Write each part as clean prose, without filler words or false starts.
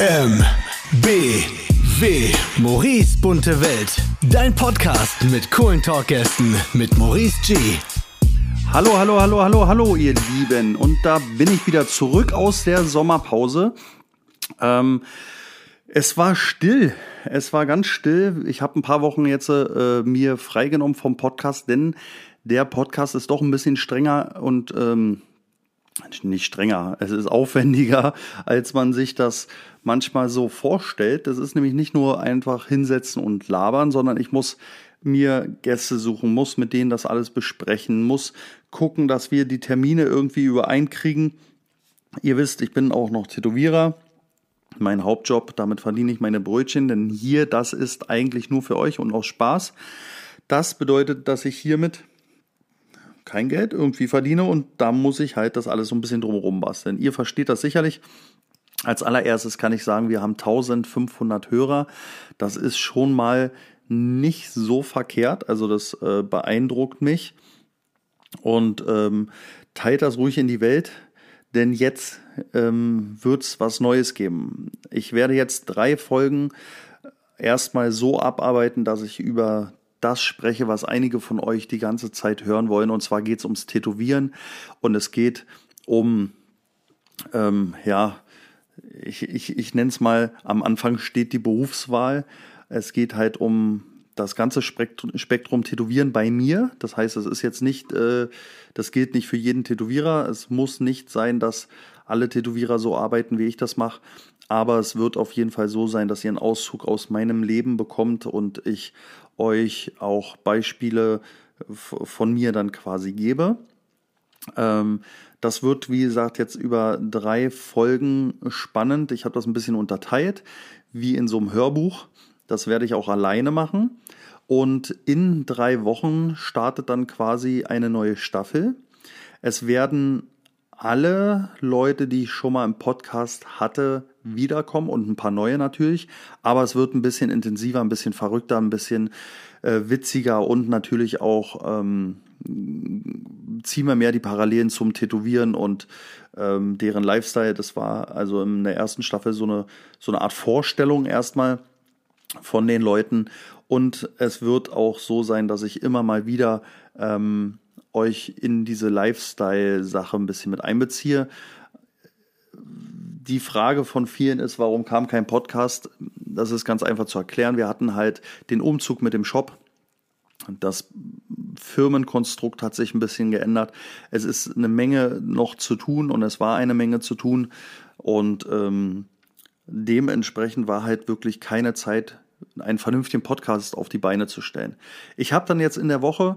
MBW Maurice bunte Welt. Dein Podcast mit coolen Talkgästen mit Maurice G. Hallo, ihr Lieben. Und da bin ich wieder zurück aus der Sommerpause. Es war still. Es war ganz still. Ich habe ein paar Wochen jetzt mir freigenommen vom Podcast, denn der Podcast ist doch ein bisschen strenger und nicht strenger, es ist aufwendiger, als man sich das manchmal so vorstellt. Das ist nämlich nicht nur einfach hinsetzen und labern, sondern ich muss mir Gäste suchen, muss mit denen das alles besprechen, muss gucken, dass wir die Termine irgendwie übereinkriegen. Ihr wisst, ich bin auch noch Tätowierer. Mein Hauptjob, damit verdiene ich meine Brötchen, denn hier, das ist eigentlich nur für euch und aus Spaß. Das bedeutet, dass ich hiermit kein Geld irgendwie verdiene und da muss ich halt das alles so ein bisschen drumherum basteln. Ihr versteht das sicherlich. Als allererstes kann ich sagen, wir haben 1500 Hörer. Das ist schon mal nicht so verkehrt, also das beeindruckt mich und teilt das ruhig in die Welt, denn jetzt wird's was Neues geben. Ich werde jetzt 3 Folgen erstmal so abarbeiten, dass ich über das spreche, was einige von euch die ganze Zeit hören wollen. Und zwar geht es ums Tätowieren und es geht um, ich nenne es mal, am Anfang steht die Berufswahl. Es geht halt um das ganze Spektrum Tätowieren bei mir. Das heißt, es ist jetzt nicht, das gilt nicht für jeden Tätowierer. Es muss nicht sein, dass alle Tätowierer so arbeiten, wie ich das mache. Aber es wird auf jeden Fall so sein, dass ihr einen Auszug aus meinem Leben bekommt und ich euch auch Beispiele von mir dann quasi gebe. Das wird, wie gesagt, jetzt über 3 Folgen spannend. Ich habe das ein bisschen unterteilt, wie in so einem Hörbuch. Das werde ich auch alleine machen. Und in 3 Wochen startet dann quasi eine neue Staffel. Es werden alle Leute, die ich schon mal im Podcast hatte, wiederkommen und ein paar neue natürlich. Aber es wird ein bisschen intensiver, ein bisschen verrückter, ein bisschen witziger und natürlich auch ziehen wir mehr die Parallelen zum Tätowieren und deren Lifestyle. Das war also in der ersten Staffel so eine Art Vorstellung erstmal von den Leuten. Und es wird auch so sein, dass ich immer mal wieder euch in diese Lifestyle-Sache ein bisschen mit einbeziehe. Die Frage von vielen ist, warum kam kein Podcast? Das ist ganz einfach zu erklären. Wir hatten halt den Umzug mit dem Shop. Das Firmenkonstrukt hat sich ein bisschen geändert. Es ist eine Menge noch zu tun und es war eine Menge zu tun. Und dementsprechend war halt wirklich keine Zeit, einen vernünftigen Podcast auf die Beine zu stellen. Ich habe dann jetzt in der Woche,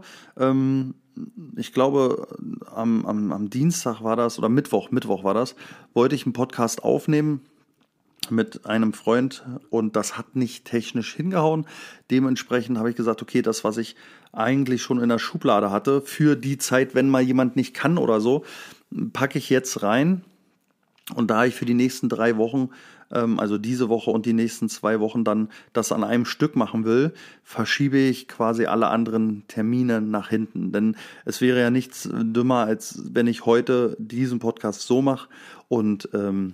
ich glaube am Dienstag war das, oder Mittwoch war das, wollte ich einen Podcast aufnehmen mit einem Freund und das hat nicht technisch hingehauen. Dementsprechend habe ich gesagt, okay, das, was ich eigentlich schon in der Schublade hatte, für die Zeit, wenn mal jemand nicht kann oder so, packe ich jetzt rein. Und da ich für die nächsten 3 Wochen, also diese Woche und die nächsten 2 Wochen dann das an einem Stück machen will, verschiebe ich quasi alle anderen Termine nach hinten. Denn es wäre ja nichts dümmer, als wenn ich heute diesen Podcast so mache und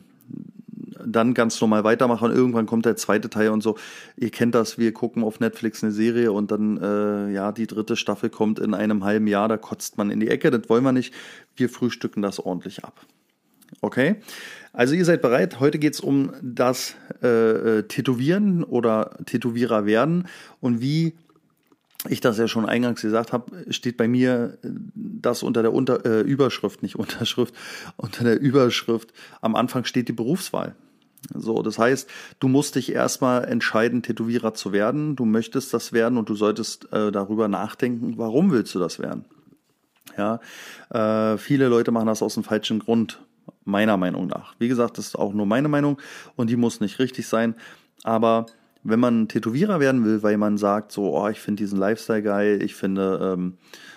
dann ganz normal weitermache und irgendwann kommt der zweite Teil und so. Ihr kennt das, wir gucken auf Netflix eine Serie und dann, die 3. Staffel kommt in einem halben Jahr, da kotzt man in die Ecke, das wollen wir nicht. Wir frühstücken das ordentlich ab. Okay, also ihr seid bereit. Heute geht es um das Tätowieren oder Tätowierer werden und wie ich das ja schon eingangs gesagt habe, steht bei mir das unter der Überschrift, nicht Unterschrift, unter der Überschrift. Am Anfang steht die Berufswahl. So, das heißt, du musst dich erstmal entscheiden, Tätowierer zu werden. Du möchtest das werden und du solltest darüber nachdenken, warum willst du das werden? Ja, viele Leute machen das aus dem falschen Grund. Meiner Meinung nach. Wie gesagt, das ist auch nur meine Meinung und die muss nicht richtig sein. Aber wenn man Tätowierer werden will, weil man sagt so, oh, ich finde diesen Lifestyle geil, ich finde,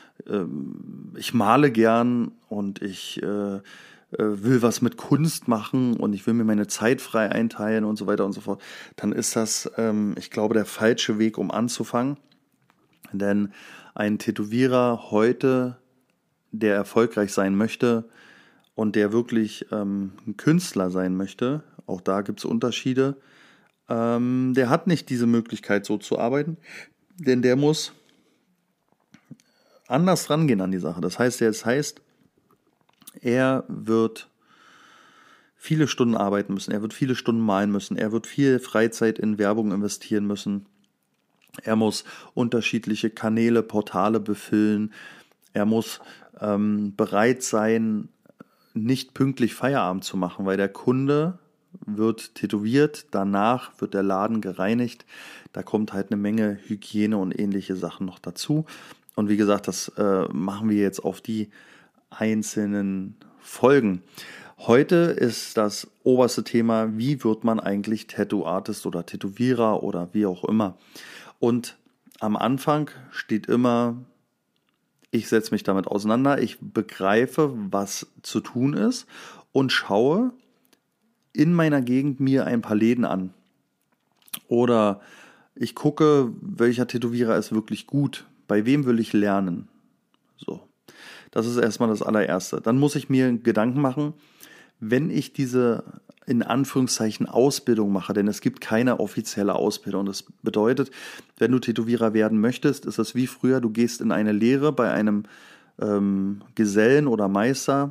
ich male gern und ich will was mit Kunst machen und ich will mir meine Zeit frei einteilen und so weiter und so fort, dann ist das, ich glaube, der falsche Weg, um anzufangen. Denn ein Tätowierer heute, der erfolgreich sein möchte, und der wirklich ein Künstler sein möchte, auch da gibt es Unterschiede, der hat nicht diese Möglichkeit, so zu arbeiten, denn der muss anders rangehen an die Sache. Das heißt, er wird viele Stunden arbeiten müssen, er wird viele Stunden malen müssen, er wird viel Freizeit in Werbung investieren müssen, er muss unterschiedliche Kanäle, Portale befüllen, er muss bereit sein, nicht pünktlich Feierabend zu machen, weil der Kunde wird tätowiert, danach wird der Laden gereinigt, da kommt halt eine Menge Hygiene und ähnliche Sachen noch dazu. Und wie gesagt, das machen wir jetzt auf die einzelnen Folgen. Heute ist das oberste Thema, wie wird man eigentlich Tattoo-Artist oder Tätowierer oder wie auch immer. Und am Anfang steht immer, ich setze mich damit auseinander, ich begreife, was zu tun ist und schaue in meiner Gegend mir ein paar Läden an. Oder ich gucke, welcher Tätowierer ist wirklich gut, bei wem will ich lernen. So, das ist erstmal das allererste. Dann muss ich mir Gedanken machen, wenn ich diese in Anführungszeichen Ausbildung mache, denn es gibt keine offizielle Ausbildung. Das bedeutet, wenn du Tätowierer werden möchtest, ist es wie früher, du gehst in eine Lehre bei einem Gesellen oder Meister,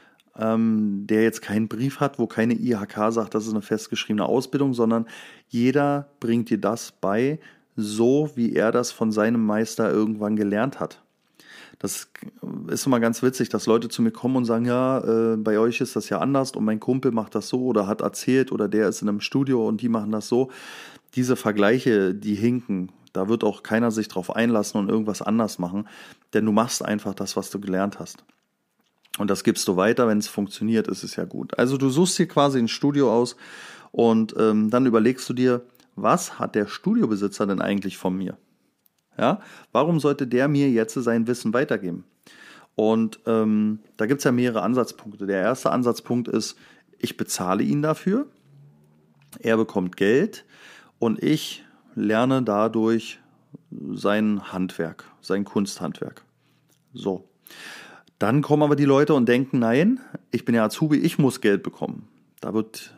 der jetzt keinen Brief hat, wo keine IHK sagt, das ist eine festgeschriebene Ausbildung, sondern jeder bringt dir das bei, so wie er das von seinem Meister irgendwann gelernt hat. Das ist immer ganz witzig, dass Leute zu mir kommen und sagen, ja, bei euch ist das ja anders und mein Kumpel macht das so oder hat erzählt oder der ist in einem Studio und die machen das so. Diese Vergleiche, die hinken, da wird auch keiner sich drauf einlassen und irgendwas anders machen, denn du machst einfach das, was du gelernt hast. Und das gibst du weiter, wenn es funktioniert, ist es ja gut. Also du suchst dir quasi ein Studio aus und dann überlegst du dir, was hat der Studiobesitzer denn eigentlich von mir? Ja, warum sollte der mir jetzt sein Wissen weitergeben? Und da gibt es ja mehrere Ansatzpunkte. Der erste Ansatzpunkt ist, ich bezahle ihn dafür, er bekommt Geld und ich lerne dadurch sein Handwerk, sein Kunsthandwerk. So. Dann kommen aber die Leute und denken, nein, ich bin ja Azubi, ich muss Geld bekommen. Da wird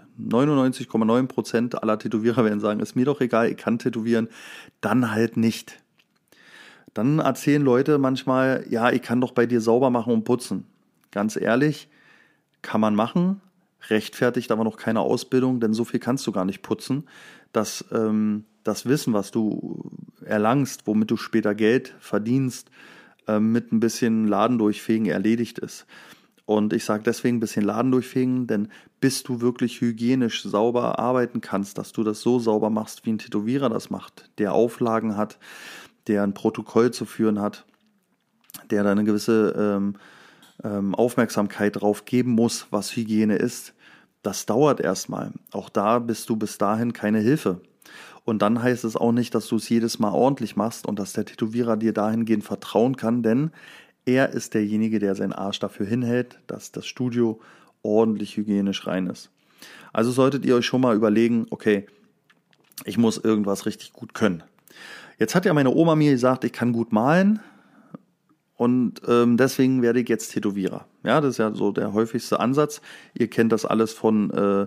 99,9% aller Tätowierer werden sagen, ist mir doch egal, ich kann tätowieren, dann halt nicht. Dann erzählen Leute manchmal, ja, ich kann doch bei dir sauber machen und putzen. Ganz ehrlich, kann man machen, rechtfertigt aber noch keine Ausbildung, denn so viel kannst du gar nicht putzen. Das Wissen, was du erlangst, womit du später Geld verdienst, mit ein bisschen Laden durchfegen erledigt ist. Und ich sage deswegen ein bisschen Laden durchfegen, denn bis du wirklich hygienisch sauber arbeiten kannst, dass du das so sauber machst, wie ein Tätowierer das macht, der Auflagen hat, der ein Protokoll zu führen hat, der da eine gewisse Aufmerksamkeit drauf geben muss, was Hygiene ist, das dauert erstmal. Auch da bist du bis dahin keine Hilfe. Und dann heißt es auch nicht, dass du es jedes Mal ordentlich machst und dass der Tätowierer dir dahingehend vertrauen kann, denn er ist derjenige, der seinen Arsch dafür hinhält, dass das Studio ordentlich hygienisch rein ist. Also solltet ihr euch schon mal überlegen, okay, ich muss irgendwas richtig gut können. Jetzt hat ja meine Oma mir gesagt, ich kann gut malen und deswegen werde ich jetzt Tätowierer. Ja, das ist ja so der häufigste Ansatz. Ihr kennt das alles von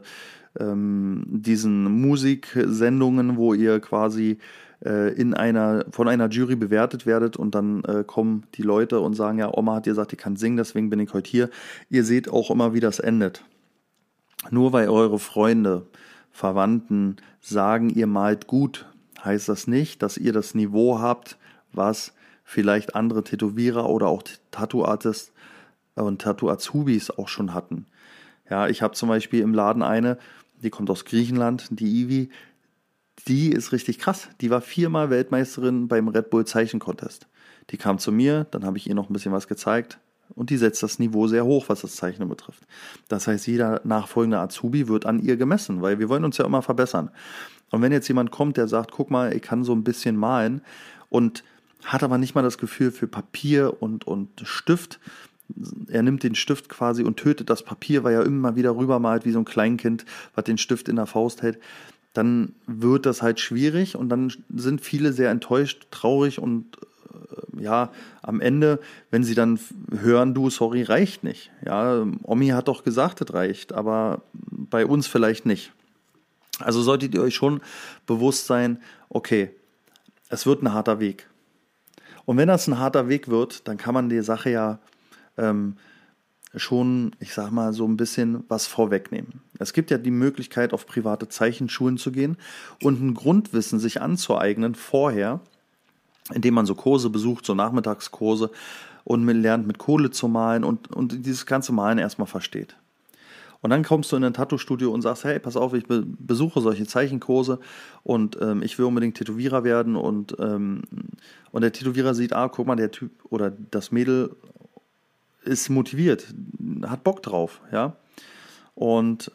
diesen Musiksendungen, wo ihr quasi von einer Jury bewertet werdet und dann kommen die Leute und sagen, ja, Oma hat dir gesagt, ich kann singen, deswegen bin ich heute hier. Ihr seht auch immer, wie das endet. Nur weil eure Freunde, Verwandten sagen, ihr malt gut, heißt das nicht, dass ihr das Niveau habt, was vielleicht andere Tätowierer oder auch Tattoo-Artists und Tattoo-Azubis auch schon hatten. Ja, ich habe zum Beispiel im Laden eine, die kommt aus Griechenland, die Ivi, die ist richtig krass. Die war 4-mal Weltmeisterin beim Red Bull Zeichen Contest. Die kam zu mir, dann habe ich ihr noch ein bisschen was gezeigt und die setzt das Niveau sehr hoch, was das Zeichnen betrifft. Das heißt, jeder nachfolgende Azubi wird an ihr gemessen, weil wir wollen uns ja immer verbessern. Und wenn jetzt jemand kommt, der sagt, guck mal, ich kann so ein bisschen malen und hat aber nicht mal das Gefühl für Papier und Stift, er nimmt den Stift quasi und tötet das Papier, weil er immer wieder rübermalt wie so ein Kleinkind, was den Stift in der Faust hält, dann wird das halt schwierig und dann sind viele sehr enttäuscht, traurig und ja, am Ende, wenn sie dann hören, du, sorry, reicht nicht. Ja, Omi hat doch gesagt, das reicht, aber bei uns vielleicht nicht. Also solltet ihr euch schon bewusst sein, okay, es wird ein harter Weg. Und wenn das ein harter Weg wird, dann kann man die Sache ja schon, ich sag mal, so ein bisschen was vorwegnehmen. Es gibt ja die Möglichkeit, auf private Zeichenschulen zu gehen und ein Grundwissen sich anzueignen vorher, indem man so Kurse besucht, so Nachmittagskurse und man lernt mit Kohle zu malen und dieses ganze Malen erstmal versteht. Und dann kommst du in ein Tattoo-Studio und sagst, hey, pass auf, ich besuche solche Zeichenkurse und ich will unbedingt Tätowierer werden und der Tätowierer sieht, guck mal, der Typ oder das Mädel ist motiviert, hat Bock drauf, ja. Und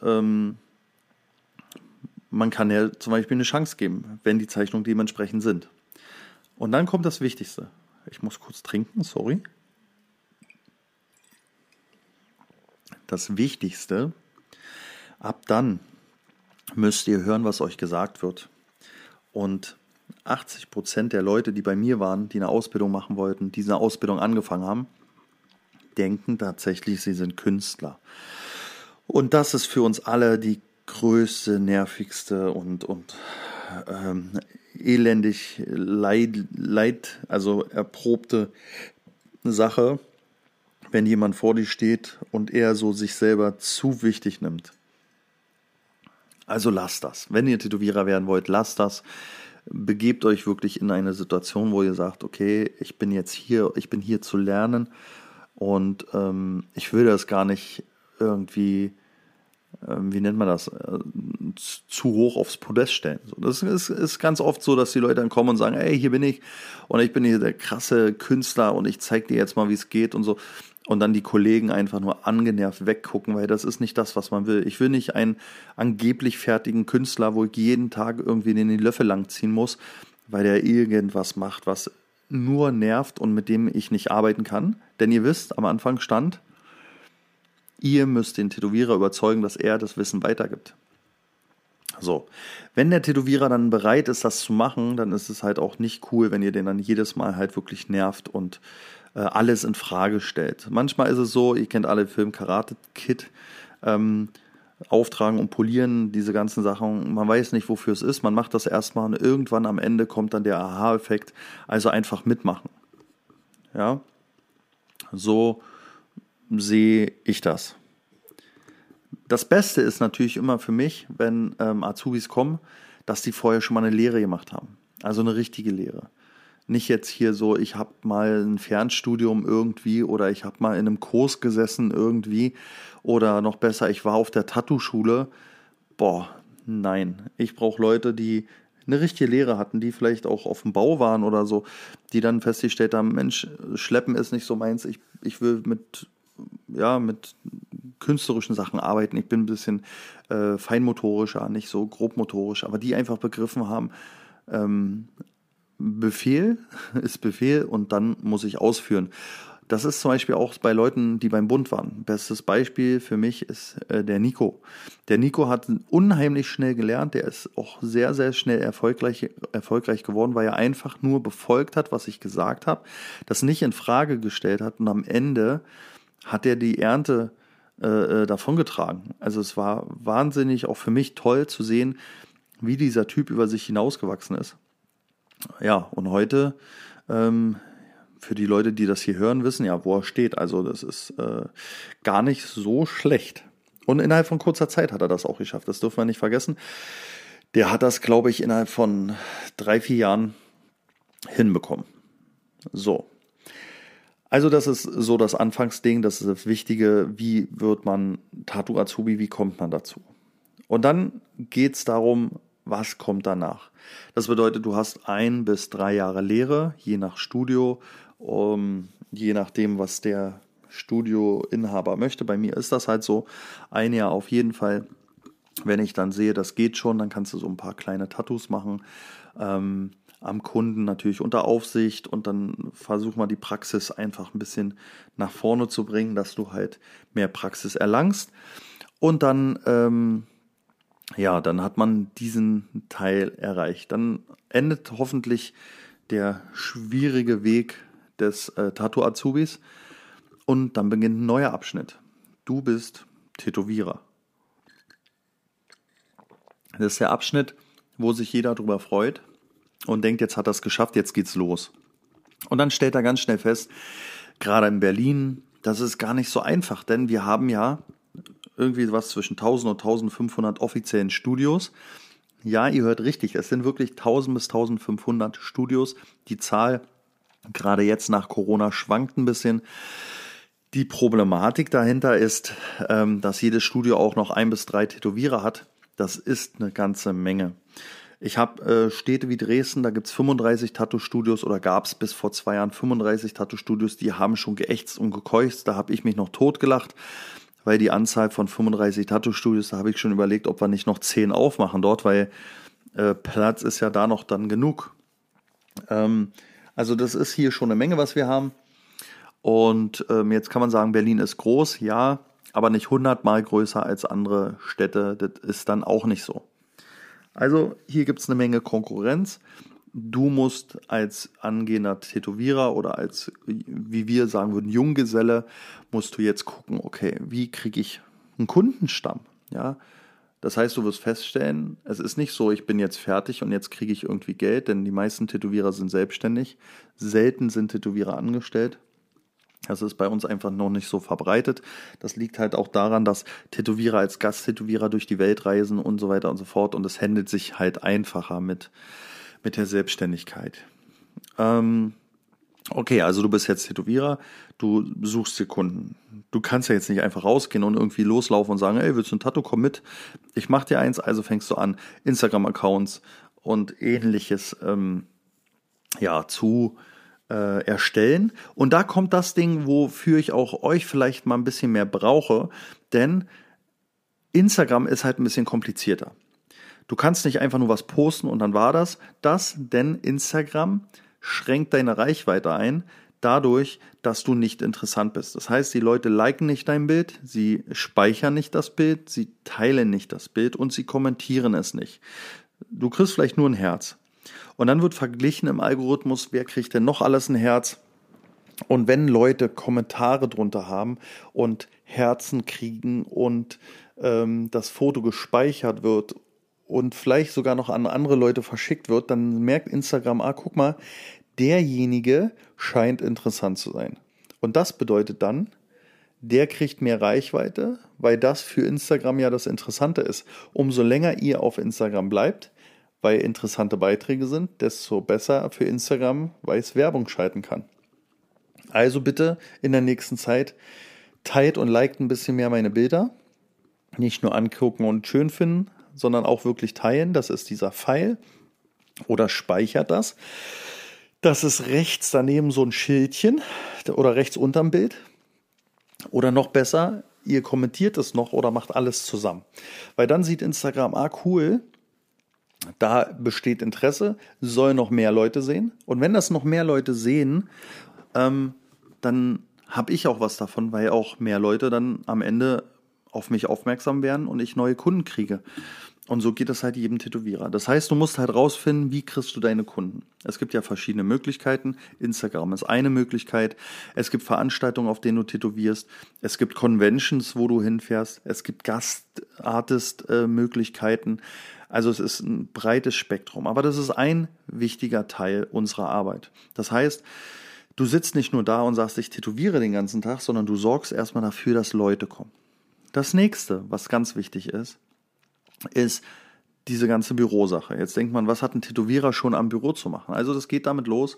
man kann ja zum Beispiel eine Chance geben, wenn die Zeichnungen dementsprechend sind. Und dann kommt das Wichtigste. Ich muss kurz trinken, sorry. Das Wichtigste, ab dann müsst ihr hören, was euch gesagt wird. Und 80% der Leute, die bei mir waren, die eine Ausbildung machen wollten, die eine Ausbildung angefangen haben, denken tatsächlich, sie sind Künstler. Und das ist für uns alle die größte, nervigste und elendig also erprobte Sache, wenn jemand vor dir steht und er so sich selber zu wichtig nimmt. Also lasst das. Wenn ihr Tätowierer werden wollt, lasst das. Begebt euch wirklich in eine Situation, wo ihr sagt, okay, ich bin hier zu lernen. Und ich will das gar nicht irgendwie, wie nennt man das, zu hoch aufs Podest stellen. So, das ist ganz oft so, dass die Leute dann kommen und sagen, ey, hier bin ich und ich bin hier der krasse Künstler und ich zeig dir jetzt mal, wie es geht und so. Und dann die Kollegen einfach nur angenervt weggucken, weil das ist nicht das, was man will. Ich will nicht einen angeblich fertigen Künstler, wo ich jeden Tag irgendwie den Löffel langziehen muss, weil der irgendwas macht, was nur nervt und mit dem ich nicht arbeiten kann. Denn ihr wisst, am Anfang stand, ihr müsst den Tätowierer überzeugen, dass er das Wissen weitergibt. So, wenn der Tätowierer dann bereit ist, das zu machen, dann ist es halt auch nicht cool, wenn ihr den dann jedes Mal halt wirklich nervt und alles in Frage stellt. Manchmal ist es so, ihr kennt alle den Film Karate Kid, auftragen und polieren, diese ganzen Sachen, man weiß nicht, wofür es ist, man macht das erstmal und irgendwann am Ende kommt dann der Aha-Effekt, also einfach mitmachen. Ja, so sehe ich das. Das Beste ist natürlich immer für mich, wenn Azubis kommen, dass die vorher schon mal eine Lehre gemacht haben, also eine richtige Lehre. Nicht jetzt hier so, ich habe mal ein Fernstudium irgendwie oder ich habe mal in einem Kurs gesessen irgendwie oder noch besser, ich war auf der Tattoo-Schule. Boah, nein. Ich brauche Leute, die eine richtige Lehre hatten, die vielleicht auch auf dem Bau waren oder so, die dann festgestellt haben, Mensch, Schleppen ist nicht so meins, ich will mit künstlerischen Sachen arbeiten, ich bin ein bisschen feinmotorischer, nicht so grobmotorisch, aber die einfach begriffen haben, Befehl ist Befehl und dann muss ich ausführen. Das ist zum Beispiel auch bei Leuten, die beim Bund waren. Bestes Beispiel für mich ist der Nico. Der Nico hat unheimlich schnell gelernt, der ist auch sehr, sehr schnell erfolgreich geworden, weil er einfach nur befolgt hat, was ich gesagt habe, das nicht in Frage gestellt hat und am Ende hat er die Ernte davongetragen. Also es war wahnsinnig auch für mich toll zu sehen, wie dieser Typ über sich hinausgewachsen ist. Ja, und heute, für die Leute, die das hier hören, wissen ja, wo er steht. Also das ist gar nicht so schlecht. Und innerhalb von kurzer Zeit hat er das auch geschafft. Das dürfen wir nicht vergessen. Der hat das, glaube ich, innerhalb von 3-4 Jahren hinbekommen. So. Also das ist so das Anfangsding, das ist das Wichtige. Wie wird man Tattoo-Azubi, wie kommt man dazu? Und dann geht es darum, was kommt danach? Das bedeutet, du hast 1 bis 3 Jahre Lehre, je nach Studio, je nachdem, was der Studioinhaber möchte. Bei mir ist das halt so, 1 Jahr auf jeden Fall. Wenn ich dann sehe, das geht schon, dann kannst du so ein paar kleine Tattoos machen, am Kunden natürlich unter Aufsicht und dann versuch mal die Praxis einfach ein bisschen nach vorne zu bringen, dass du halt mehr Praxis erlangst und dann dann hat man diesen Teil erreicht. Dann endet hoffentlich der schwierige Weg des Tattoo-Azubis. Und dann beginnt ein neuer Abschnitt. Du bist Tätowierer. Das ist der Abschnitt, wo sich jeder drüber freut und denkt, jetzt hat er es geschafft, jetzt geht's los. Und dann stellt er ganz schnell fest, gerade in Berlin, das ist gar nicht so einfach, denn wir haben ja irgendwie was zwischen 1000 und 1500 offiziellen Studios. Ja, ihr hört richtig, es sind wirklich 1000 bis 1500 Studios. Die Zahl, gerade jetzt nach Corona, schwankt ein bisschen. Die Problematik dahinter ist, dass jedes Studio auch noch 1 bis 3 Tätowierer hat. Das ist eine ganze Menge. Ich habe Städte wie Dresden, da gibt es 35 Tattoo-Studios oder gab es bis vor 2 Jahren 35 Tattoo-Studios, die haben schon geächtzt und gekeucht. Da habe ich mich noch totgelacht, weil die Anzahl von 35 Tattoo-Studios, da habe ich schon überlegt, ob wir nicht noch 10 aufmachen dort, weil Platz ist ja da noch dann genug. Also das ist hier schon eine Menge, was wir haben. Und jetzt kann man sagen, Berlin ist groß, ja, aber nicht 100-mal größer als andere Städte. Das ist dann auch nicht so. Also hier gibt es eine Menge Konkurrenz. Du musst als angehender Tätowierer oder als, wie wir sagen würden, Junggeselle, musst du jetzt gucken, okay, wie kriege ich einen Kundenstamm? Ja, das heißt, du wirst feststellen, es ist nicht so, ich bin jetzt fertig und jetzt kriege ich irgendwie Geld, denn die meisten Tätowierer sind selbstständig. Selten sind Tätowierer angestellt. Das ist bei uns einfach noch nicht so verbreitet. Das liegt halt auch daran, dass Tätowierer als Gasttätowierer durch die Welt reisen und so weiter und so fort. Und es handelt sich halt einfacher mit der Selbstständigkeit. Okay, also du bist jetzt Tätowierer, du suchst dir Kunden. Du kannst ja jetzt nicht einfach rausgehen und irgendwie loslaufen und sagen, ey, willst du ein Tattoo, komm mit. Ich mach dir eins, also fängst du an, Instagram-Accounts und ähnliches zu erstellen. Und da kommt das Ding, wofür ich auch euch vielleicht mal ein bisschen mehr brauche, denn Instagram ist halt ein bisschen komplizierter. Du kannst nicht einfach nur was posten und dann war das, denn Instagram schränkt deine Reichweite ein, dadurch, dass du nicht interessant bist. Das heißt, die Leute liken nicht dein Bild, sie speichern nicht das Bild, sie teilen nicht das Bild und sie kommentieren es nicht. Du kriegst vielleicht nur ein Herz. Und dann wird verglichen im Algorithmus, wer kriegt denn noch alles ein Herz? Und wenn Leute Kommentare drunter haben und Herzen kriegen und das Foto gespeichert wird und vielleicht sogar noch an andere Leute verschickt wird, dann merkt Instagram, guck mal, derjenige scheint interessant zu sein. Und das bedeutet dann, der kriegt mehr Reichweite, weil das für Instagram ja das Interessante ist. Umso länger ihr auf Instagram bleibt, weil interessante Beiträge sind, desto besser für Instagram, weil es Werbung schalten kann. Also bitte in der nächsten Zeit teilt und liked ein bisschen mehr meine Bilder. Nicht nur angucken und schön finden, sondern auch wirklich teilen. Das ist dieser Pfeil. Oder speichert das. Das ist rechts daneben so ein Schildchen oder rechts unterm Bild. Oder noch besser, ihr kommentiert es noch oder macht alles zusammen. Weil dann sieht Instagram, cool, da besteht Interesse, soll noch mehr Leute sehen. Und wenn das noch mehr Leute sehen, dann habe ich auch was davon, weil auch mehr Leute dann am Ende auf mich aufmerksam werden und ich neue Kunden kriege. Und so geht es halt jedem Tätowierer. Das heißt, du musst halt rausfinden, wie kriegst du deine Kunden. Es gibt ja verschiedene Möglichkeiten. Instagram ist eine Möglichkeit. Es gibt Veranstaltungen, auf denen du tätowierst. Es gibt Conventions, wo du hinfährst. Es gibt Gastartist-Möglichkeiten. Also es ist ein breites Spektrum. Aber das ist ein wichtiger Teil unserer Arbeit. Das heißt, du sitzt nicht nur da und sagst, ich tätowiere den ganzen Tag, sondern du sorgst erstmal dafür, dass Leute kommen. Das nächste, was ganz wichtig ist diese ganze Bürosache. Jetzt denkt man, was hat ein Tätowierer schon am Büro zu machen? Also das geht damit los,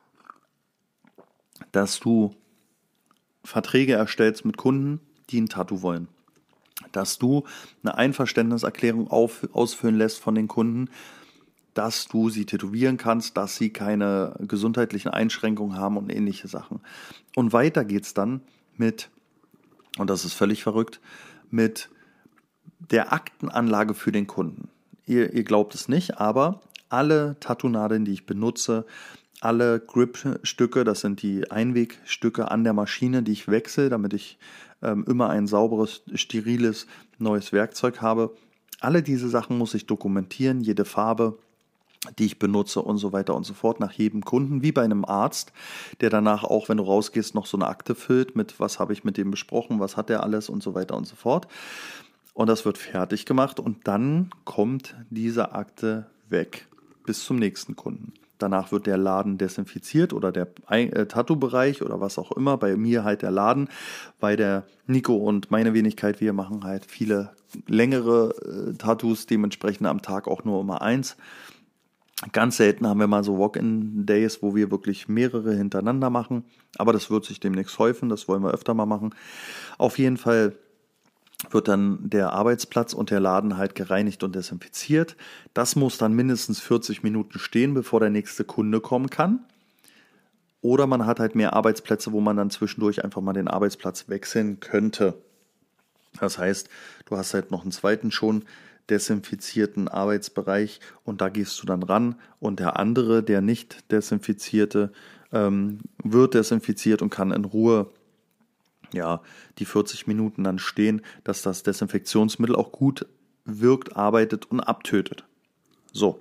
dass du Verträge erstellst mit Kunden, die ein Tattoo wollen. Dass du eine Einverständniserklärung ausfüllen lässt von den Kunden, dass du sie tätowieren kannst, dass sie keine gesundheitlichen Einschränkungen haben und ähnliche Sachen. Und weiter geht's dann mit, und das ist völlig verrückt, mit der Aktenanlage für den Kunden. Ihr glaubt es nicht, aber alle Tattoo-Nadeln, die ich benutze, alle Grip-Stücke, das sind die Einwegstücke an der Maschine, die ich wechsle, damit ich immer ein sauberes, steriles, neues Werkzeug habe. Alle diese Sachen muss ich dokumentieren, jede Farbe, die ich benutze und so weiter und so fort, nach jedem Kunden, wie bei einem Arzt, der danach auch, wenn du rausgehst, noch so eine Akte füllt mit, was habe ich mit dem besprochen, was hat der alles und so weiter und so fort. Und das wird fertig gemacht und dann kommt diese Akte weg bis zum nächsten Kunden. Danach wird der Laden desinfiziert oder der Tattoo-Bereich oder was auch immer. Bei mir halt der Laden, weil der Nico und meine Wenigkeit, wir machen halt viele längere Tattoos, dementsprechend am Tag auch nur immer eins. Ganz selten haben wir mal so Walk-in-Days, wo wir wirklich mehrere hintereinander machen. Aber das wird sich demnächst häufen, das wollen wir öfter mal machen. Auf jeden Fall wird dann der Arbeitsplatz und der Laden halt gereinigt und desinfiziert. Das muss dann mindestens 40 Minuten stehen, bevor der nächste Kunde kommen kann. Oder man hat halt mehr Arbeitsplätze, wo man dann zwischendurch einfach mal den Arbeitsplatz wechseln könnte. Das heißt, du hast halt noch einen zweiten schon desinfizierten Arbeitsbereich und da gehst du dann ran und der andere, der nicht desinfizierte, wird desinfiziert und kann in Ruhe die 40 Minuten dann stehen, dass das Desinfektionsmittel auch gut wirkt, arbeitet und abtötet. So,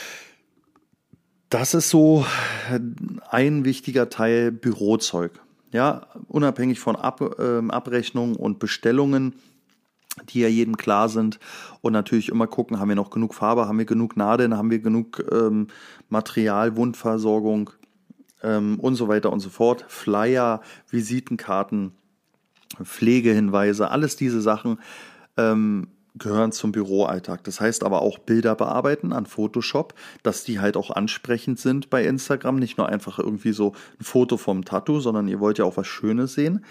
das ist so ein wichtiger Teil Bürozeug. Ja, unabhängig von Abrechnungen und Bestellungen, die ja jedem klar sind und natürlich immer gucken, haben wir noch genug Farbe, haben wir genug Nadeln, haben wir genug Material, Wundversorgung und so weiter und so fort. Flyer, Visitenkarten, Pflegehinweise, alles diese Sachen gehören zum Büroalltag. Das heißt aber auch Bilder bearbeiten an Photoshop, dass die halt auch ansprechend sind bei Instagram. Nicht nur einfach irgendwie so ein Foto vom Tattoo, sondern ihr wollt ja auch was Schönes sehen.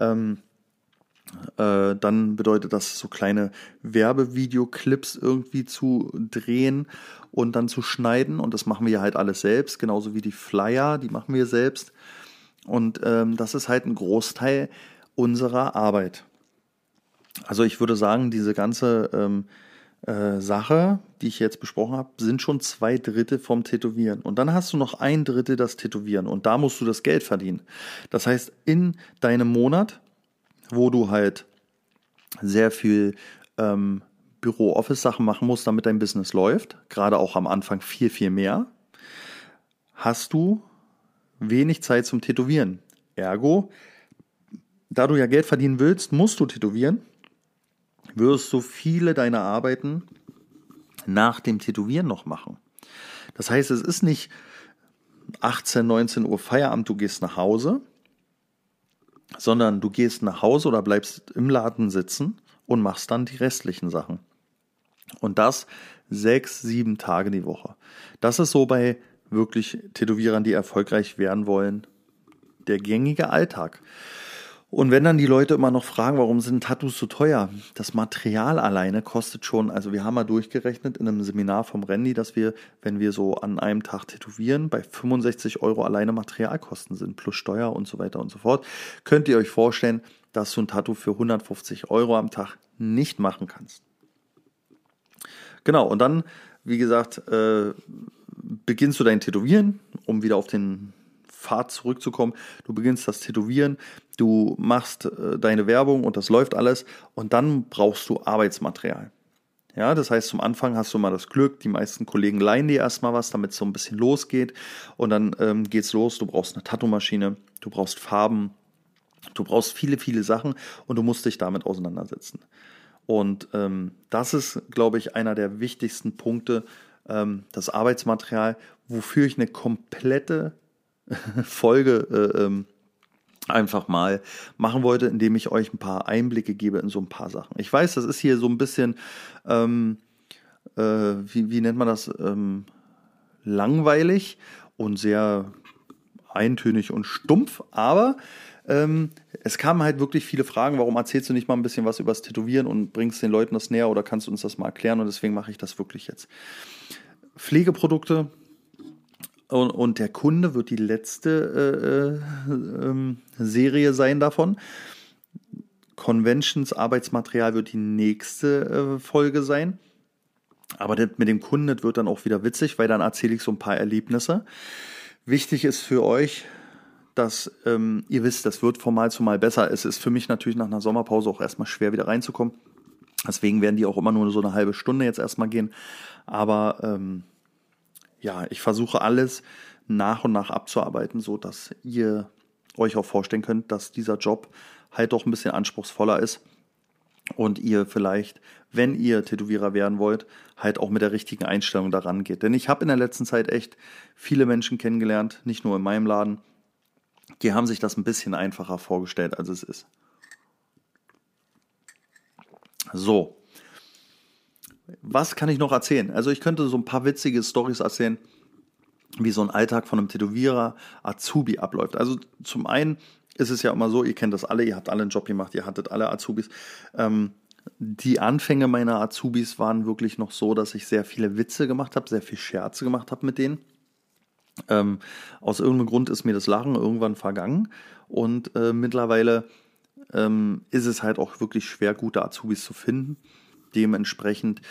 Dann bedeutet das, so kleine Werbevideoclips irgendwie zu drehen und dann zu schneiden. Und das machen wir halt alles selbst, genauso wie die Flyer, die machen wir selbst. Und das ist halt ein Großteil unserer Arbeit. Also ich würde sagen, diese ganze Sache, die ich jetzt besprochen habe, sind schon 2/3 vom Tätowieren. Und dann hast du noch 1/3 das Tätowieren und da musst du das Geld verdienen. Das heißt, in deinem Monat, wo du halt sehr viel Büro-Office-Sachen machen musst, damit dein Business läuft, gerade auch am Anfang viel, viel mehr, hast du wenig Zeit zum Tätowieren. Ergo, da du ja Geld verdienen willst, musst du tätowieren, wirst du viele deiner Arbeiten nach dem Tätowieren noch machen. Das heißt, es ist nicht 18, 19 Uhr Feierabend, du gehst nach Hause, sondern du gehst nach Hause oder bleibst im Laden sitzen und machst dann die restlichen Sachen. Und das 6, 7 Tage die Woche. Das ist so bei wirklich Tätowierern, die erfolgreich werden wollen, der gängige Alltag. Und wenn dann die Leute immer noch fragen, warum sind Tattoos so teuer? Das Material alleine kostet schon, also wir haben mal durchgerechnet in einem Seminar vom Randy, dass wir, wenn wir so an einem Tag tätowieren, bei 65 € alleine Materialkosten sind, plus Steuer und so weiter und so fort. Könnt ihr euch vorstellen, dass du ein Tattoo für 150 € am Tag nicht machen kannst. Genau, und dann, wie gesagt, beginnst du dein Tätowieren, um wieder auf den Pfad zurückzukommen. Du beginnst das Tätowieren, du machst deine Werbung und das läuft alles und dann brauchst du Arbeitsmaterial. Ja, das heißt, zum Anfang hast du mal das Glück, die meisten Kollegen leihen dir erstmal was, damit es so ein bisschen losgeht und dann geht's los. Du brauchst eine Tattoo-Maschine, du brauchst Farben, du brauchst viele, viele Sachen und du musst dich damit auseinandersetzen. Und das ist, glaube ich, einer der wichtigsten Punkte, das Arbeitsmaterial, wofür ich eine komplette Folge einfach mal machen wollte, indem ich euch ein paar Einblicke gebe in so ein paar Sachen. Ich weiß, das ist hier so ein bisschen, wie nennt man das, langweilig und sehr eintönig und stumpf, aber es kamen halt wirklich viele Fragen, warum erzählst du nicht mal ein bisschen was über das Tätowieren und bringst den Leuten das näher oder kannst du uns das mal erklären und deswegen mache ich das wirklich jetzt. Pflegeprodukte und der Kunde wird die letzte Serie sein davon. Conventions, Arbeitsmaterial wird die nächste Folge sein. Aber das mit dem Kunden, das wird dann auch wieder witzig, weil dann erzähle ich so ein paar Erlebnisse. Wichtig ist für euch, dass ihr wisst, das wird von Mal zu Mal besser. Es ist für mich natürlich nach einer Sommerpause auch erstmal schwer wieder reinzukommen. Deswegen werden die auch immer nur so eine halbe Stunde jetzt erstmal gehen. Aber ja, ich versuche alles nach und nach abzuarbeiten, so dass ihr euch auch vorstellen könnt, dass dieser Job halt doch ein bisschen anspruchsvoller ist und ihr vielleicht, wenn ihr Tätowierer werden wollt, halt auch mit der richtigen Einstellung daran geht. Denn ich habe in der letzten Zeit echt viele Menschen kennengelernt, nicht nur in meinem Laden, die haben sich das ein bisschen einfacher vorgestellt, als es ist. So, was kann ich noch erzählen? Also ich könnte so ein paar witzige Storys erzählen, wie so ein Alltag von einem Tätowierer, Azubi abläuft. Also zum einen ist es ja immer so, ihr kennt das alle, ihr habt alle einen Job gemacht, ihr hattet alle Azubis. Die Anfänge meiner Azubis waren wirklich noch so, dass ich sehr viele Witze gemacht habe, sehr viel Scherze gemacht habe mit denen. Aus irgendeinem Grund ist mir das Lachen irgendwann vergangen und mittlerweile ist es halt auch wirklich schwer, gute Azubis zu finden. Dementsprechend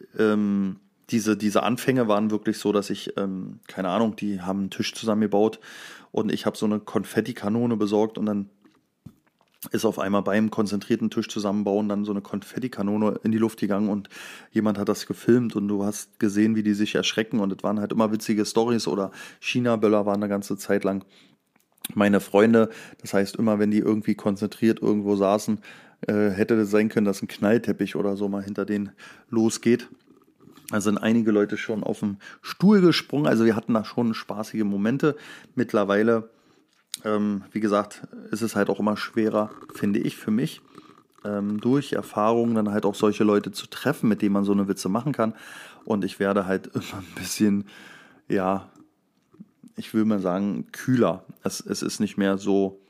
diese Anfänge waren wirklich so, dass ich, keine Ahnung, die haben einen Tisch zusammengebaut und ich habe so eine Konfettikanone besorgt und dann ist auf einmal beim konzentrierten Tisch zusammenbauen dann so eine Konfettikanone in die Luft gegangen und jemand hat das gefilmt und du hast gesehen, wie die sich erschrecken und es waren halt immer witzige Storys oder China-Böller waren eine ganze Zeit lang meine Freunde. Das heißt, immer wenn die irgendwie konzentriert irgendwo saßen, hätte das sein können, dass ein Knallteppich oder so mal hinter denen losgeht. Da sind einige Leute schon auf den Stuhl gesprungen, also wir hatten da schon spaßige Momente. Mittlerweile wie gesagt, ist es halt auch immer schwerer, finde ich, für mich, durch Erfahrungen dann halt auch solche Leute zu treffen, mit denen man so eine Witze machen kann. Und ich werde halt immer ein bisschen, ja, ich will mal sagen, kühler. Es ist nicht mehr so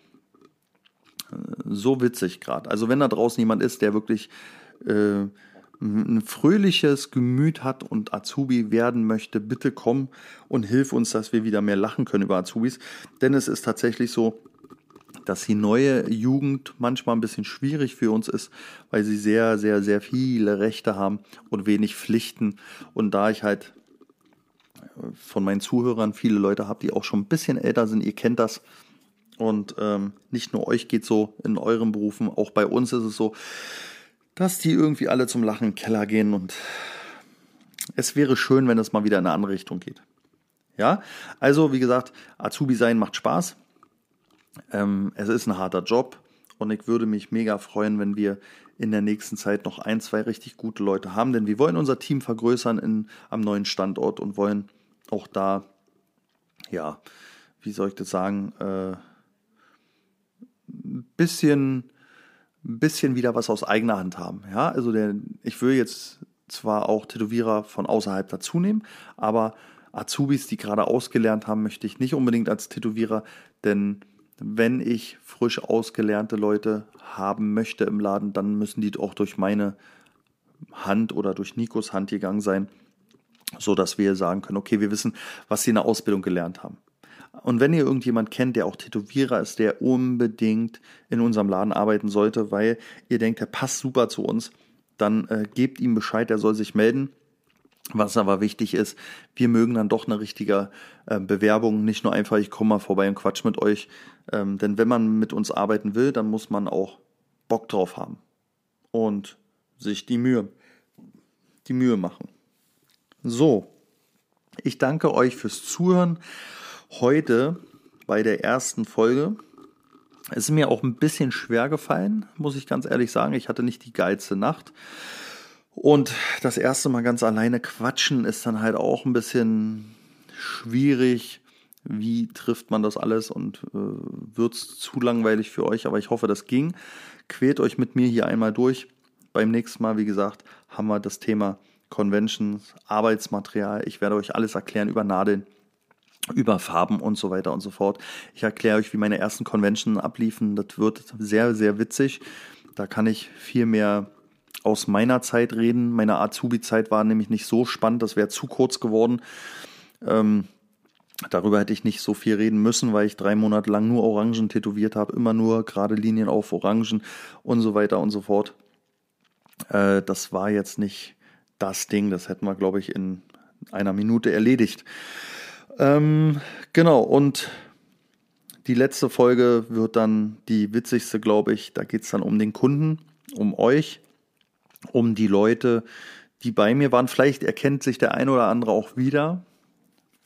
witzig gerade. Also wenn da draußen jemand ist, der wirklich ein fröhliches Gemüt hat und Azubi werden möchte, bitte komm und hilf uns, dass wir wieder mehr lachen können über Azubis. Denn es ist tatsächlich so, dass die neue Jugend manchmal ein bisschen schwierig für uns ist, weil sie sehr, sehr, sehr viele Rechte haben und wenig Pflichten. Und da ich halt von meinen Zuhörern viele Leute habe, die auch schon ein bisschen älter sind, ihr kennt das. Und nicht nur euch geht so in euren Berufen, auch bei uns ist es so, dass die irgendwie alle zum Lachen im Keller gehen und es wäre schön, wenn es mal wieder in eine andere Richtung geht. Ja, also wie gesagt, Azubi sein macht Spaß. Es ist ein harter Job und ich würde mich mega freuen, wenn wir in der nächsten Zeit noch 1, 2 richtig gute Leute haben, denn wir wollen unser Team vergrößern am neuen Standort und wollen auch da, ja, wie soll ich das sagen, ein bisschen wieder was aus eigener Hand haben. Ja, also ich will jetzt zwar auch Tätowierer von außerhalb dazu nehmen, aber Azubis, die gerade ausgelernt haben, möchte ich nicht unbedingt als Tätowierer, denn wenn ich frisch ausgelernte Leute haben möchte im Laden, dann müssen die auch durch meine Hand oder durch Nikos Hand gegangen sein, so dass wir sagen können, okay, wir wissen, was sie in der Ausbildung gelernt haben. Und wenn ihr irgendjemand kennt, der auch Tätowierer ist, der unbedingt in unserem Laden arbeiten sollte, weil ihr denkt, der passt super zu uns, dann gebt ihm Bescheid, er soll sich melden. Was aber wichtig ist, wir mögen dann doch eine richtige Bewerbung, nicht nur einfach, ich komme mal vorbei und quatsch mit euch. Denn wenn man mit uns arbeiten will, dann muss man auch Bock drauf haben und sich die Mühe machen. So, ich danke euch fürs Zuhören. Heute bei der ersten Folge. Es ist mir auch ein bisschen schwer gefallen, muss ich ganz ehrlich sagen. Ich hatte nicht die geilste Nacht. Und das erste Mal ganz alleine quatschen ist dann halt auch ein bisschen schwierig. Wie trifft man das alles und wird es zu langweilig für euch? Aber ich hoffe, das ging. Quält euch mit mir hier einmal durch. Beim nächsten Mal, wie gesagt, haben wir das Thema Conventions, Arbeitsmaterial. Ich werde euch alles erklären über Nadeln, über Farben und so weiter und so fort. Ich erkläre euch, wie meine ersten Conventions abliefen. Das wird sehr, sehr witzig. Da kann ich viel mehr aus meiner Zeit reden. Meine Azubi-Zeit war nämlich nicht so spannend. Das wäre zu kurz geworden. Darüber hätte ich nicht so viel reden müssen, weil ich 3 Monate lang nur Orangen tätowiert habe. Immer nur gerade Linien auf Orangen und so weiter und so fort. Das war jetzt nicht das Ding. Das hätten wir, glaube ich, in einer Minute erledigt. Genau, und die letzte Folge wird dann die witzigste, glaube ich. Da geht es dann um den Kunden, um euch, um die Leute, die bei mir waren. Vielleicht erkennt sich der ein oder andere auch wieder.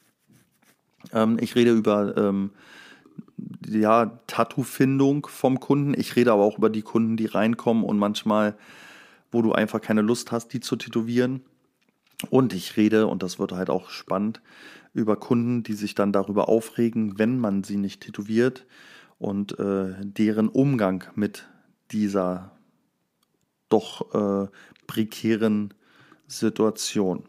Ich rede über Tattoo-Findung vom Kunden. Ich rede aber auch über die Kunden, die reinkommen und manchmal, wo du einfach keine Lust hast, die zu tätowieren. Und ich rede, und das wird halt auch spannend, über Kunden, die sich dann darüber aufregen, wenn man sie nicht tätowiert und deren Umgang mit dieser doch prekären Situation.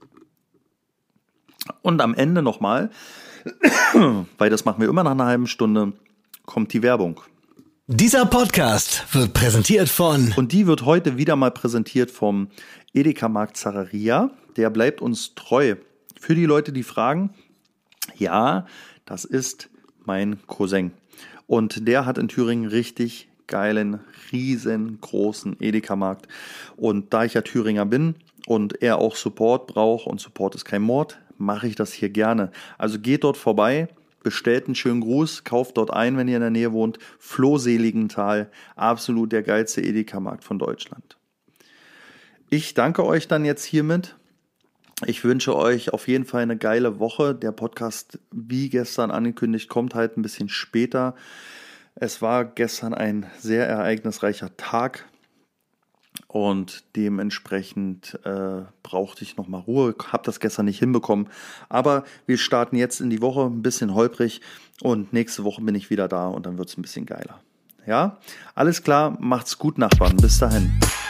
Und am Ende nochmal, weil das machen wir immer nach einer halben Stunde, kommt die Werbung. Dieser Podcast wird präsentiert von... Und die wird heute wieder mal präsentiert vom Edeka-Markt Zararia. Der bleibt uns treu. Für die Leute, die fragen, ja, das ist mein Cousin. Und der hat in Thüringen richtig geilen, riesengroßen Edeka-Markt. Und da ich ja Thüringer bin und er auch Support braucht und Support ist kein Mord, mache ich das hier gerne. Also geht dort vorbei, bestellt einen schönen Gruß, kauft dort ein, wenn ihr in der Nähe wohnt. Flohseligenthal, absolut der geilste Edeka-Markt von Deutschland. Ich danke euch dann jetzt hiermit. Ich wünsche euch auf jeden Fall eine geile Woche. Der Podcast, wie gestern angekündigt, kommt halt ein bisschen später. Es war gestern ein sehr ereignisreicher Tag und dementsprechend brauchte ich nochmal Ruhe. Habe das gestern nicht hinbekommen, aber wir starten jetzt in die Woche ein bisschen holprig und nächste Woche bin ich wieder da und dann wird es ein bisschen geiler. Ja, alles klar, macht's gut, Nachbarn. Bis dahin.